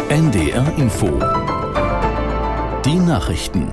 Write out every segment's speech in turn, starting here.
NDR Info. Die Nachrichten.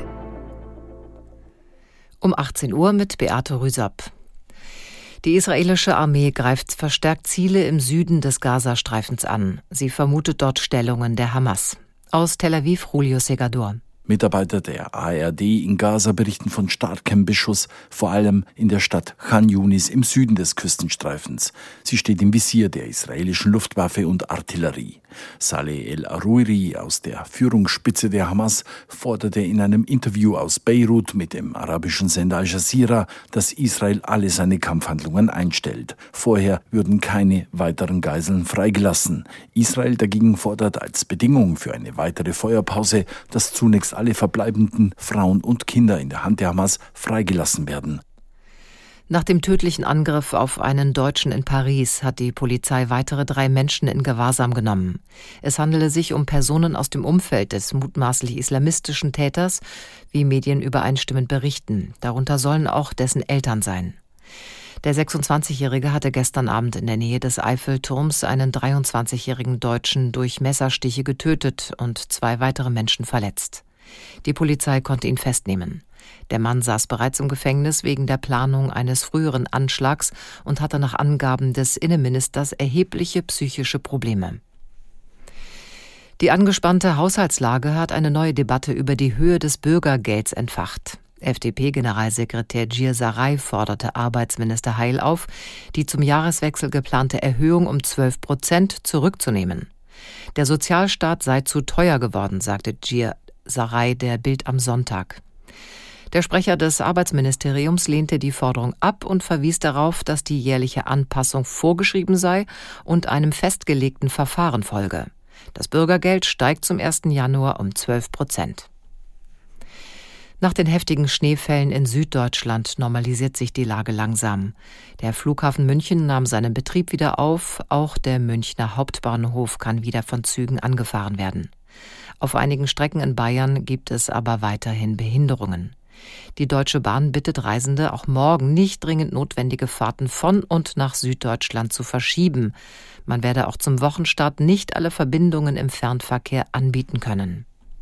Um 18 Uhr mit Beate Rüsapp. Die israelische Armee greift verstärkt Ziele im Süden des Gazastreifens an. Sie vermutet dort Stellungen der Hamas. Aus Tel Aviv, Julio Segador. Mitarbeiter der ARD in Gaza berichten von starkem Beschuss, vor allem in der Stadt Khan Yunis im Süden des Küstenstreifens. Sie steht im Visier der israelischen Luftwaffe und Artillerie. Saleh El-Arouri aus der Führungsspitze der Hamas forderte in einem Interview aus Beirut mit dem arabischen Sender Al Jazeera, dass Israel alle seine Kampfhandlungen einstellt. Vorher würden keine weiteren Geiseln freigelassen. Israel dagegen fordert als Bedingung für eine weitere Feuerpause, dass zunächst alle verbleibenden Frauen und Kinder in der Hand der Hamas freigelassen werden. Nach dem tödlichen Angriff auf einen Deutschen in Paris hat die Polizei weitere 3 Menschen in Gewahrsam genommen. Es handele sich um Personen aus dem Umfeld des mutmaßlich islamistischen Täters, wie Medien übereinstimmend berichten. Darunter sollen auch dessen Eltern sein. Der 26-Jährige hatte gestern Abend in der Nähe des Eiffelturms einen 23-jährigen Deutschen durch Messerstiche getötet und 2 weitere Menschen verletzt. Die Polizei konnte ihn festnehmen. Der Mann saß bereits im Gefängnis wegen der Planung eines früheren Anschlags und hatte nach Angaben des Innenministers erhebliche psychische Probleme. Die angespannte Haushaltslage hat eine neue Debatte über die Höhe des Bürgergelds entfacht. FDP-Generalsekretär Gir Sarai forderte Arbeitsminister Heil auf, die zum Jahreswechsel geplante Erhöhung um 12% zurückzunehmen. Der Sozialstaat sei zu teuer geworden, sagte Gir Sarai der Bild am Sonntag. Der Sprecher des Arbeitsministeriums lehnte die Forderung ab und verwies darauf, dass die jährliche Anpassung vorgeschrieben sei und einem festgelegten Verfahren folge. Das Bürgergeld steigt zum 1. Januar um 12%. Nach den heftigen Schneefällen in Süddeutschland normalisiert sich die Lage langsam. Der Flughafen München nahm seinen Betrieb wieder auf, auch der Münchner Hauptbahnhof kann wieder von Zügen angefahren werden. Auf einigen Strecken in Bayern gibt es aber weiterhin Behinderungen. Die Deutsche Bahn bittet Reisende, auch morgen nicht dringend notwendige Fahrten von und nach Süddeutschland zu verschieben. Man werde auch zum Wochenstart nicht alle Verbindungen im Fernverkehr anbieten können.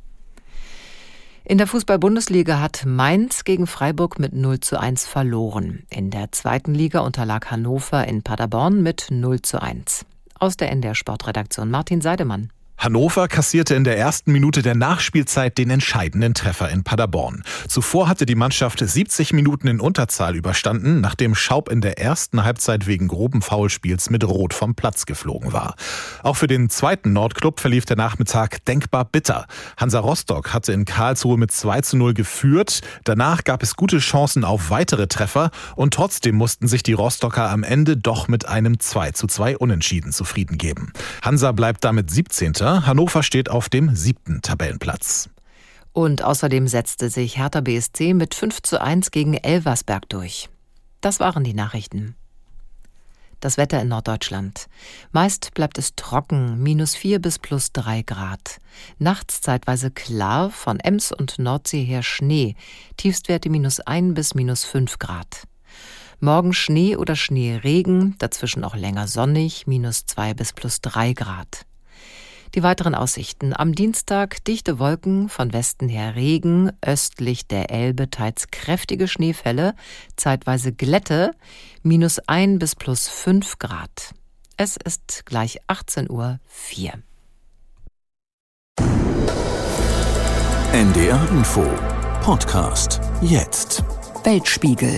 In der Fußball-Bundesliga hat Mainz gegen Freiburg mit 0:1 verloren. In der 2. Liga unterlag Hannover in Paderborn mit 0:1. Aus der NDR Sportredaktion Martin Seidemann. Hannover kassierte in der ersten Minute der Nachspielzeit den entscheidenden Treffer in Paderborn. Zuvor hatte die Mannschaft 70 Minuten in Unterzahl überstanden, nachdem Schaub in der ersten Halbzeit wegen groben Foulspiels mit Rot vom Platz geflogen war. Auch für den zweiten Nordklub verlief der Nachmittag denkbar bitter. Hansa Rostock hatte in Karlsruhe mit 2:0 geführt. Danach gab es gute Chancen auf weitere Treffer und trotzdem mussten sich die Rostocker am Ende doch mit einem 2:2 Unentschieden zufrieden geben. Hansa bleibt damit 17. Hannover steht auf dem 7. Tabellenplatz. Und außerdem setzte sich Hertha BSC mit 5:1 gegen Elversberg durch. Das waren die Nachrichten. Das Wetter in Norddeutschland. Meist bleibt es trocken, -4 bis +3 Grad. Nachts zeitweise klar, von Ems und Nordsee her Schnee. Tiefstwerte -1 bis -5 Grad. Morgen Schnee oder Schneeregen, dazwischen auch länger sonnig, -2 bis +3 Grad. Die weiteren Aussichten. Am Dienstag dichte Wolken, von Westen her Regen, östlich der Elbe teils kräftige Schneefälle, zeitweise Glätte, -1 bis +5 Grad. Es ist gleich 18:04 Uhr. NDR Info. Podcast. Jetzt. Weltspiegel.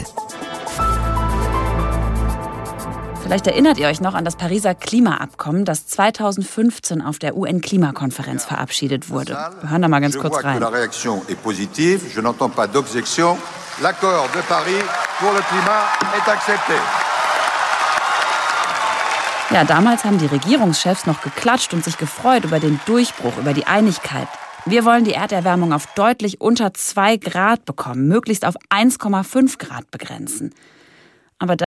Vielleicht erinnert ihr euch noch an das Pariser Klimaabkommen, das 2015 auf der UN-Klimakonferenz verabschiedet wurde. Wir hören da mal ganz kurz rein. Ja, damals haben die Regierungschefs noch geklatscht und sich gefreut über den Durchbruch, über die Einigkeit. Wir wollen die Erderwärmung auf deutlich unter 2 Grad bekommen, möglichst auf 1,5 Grad begrenzen. Aber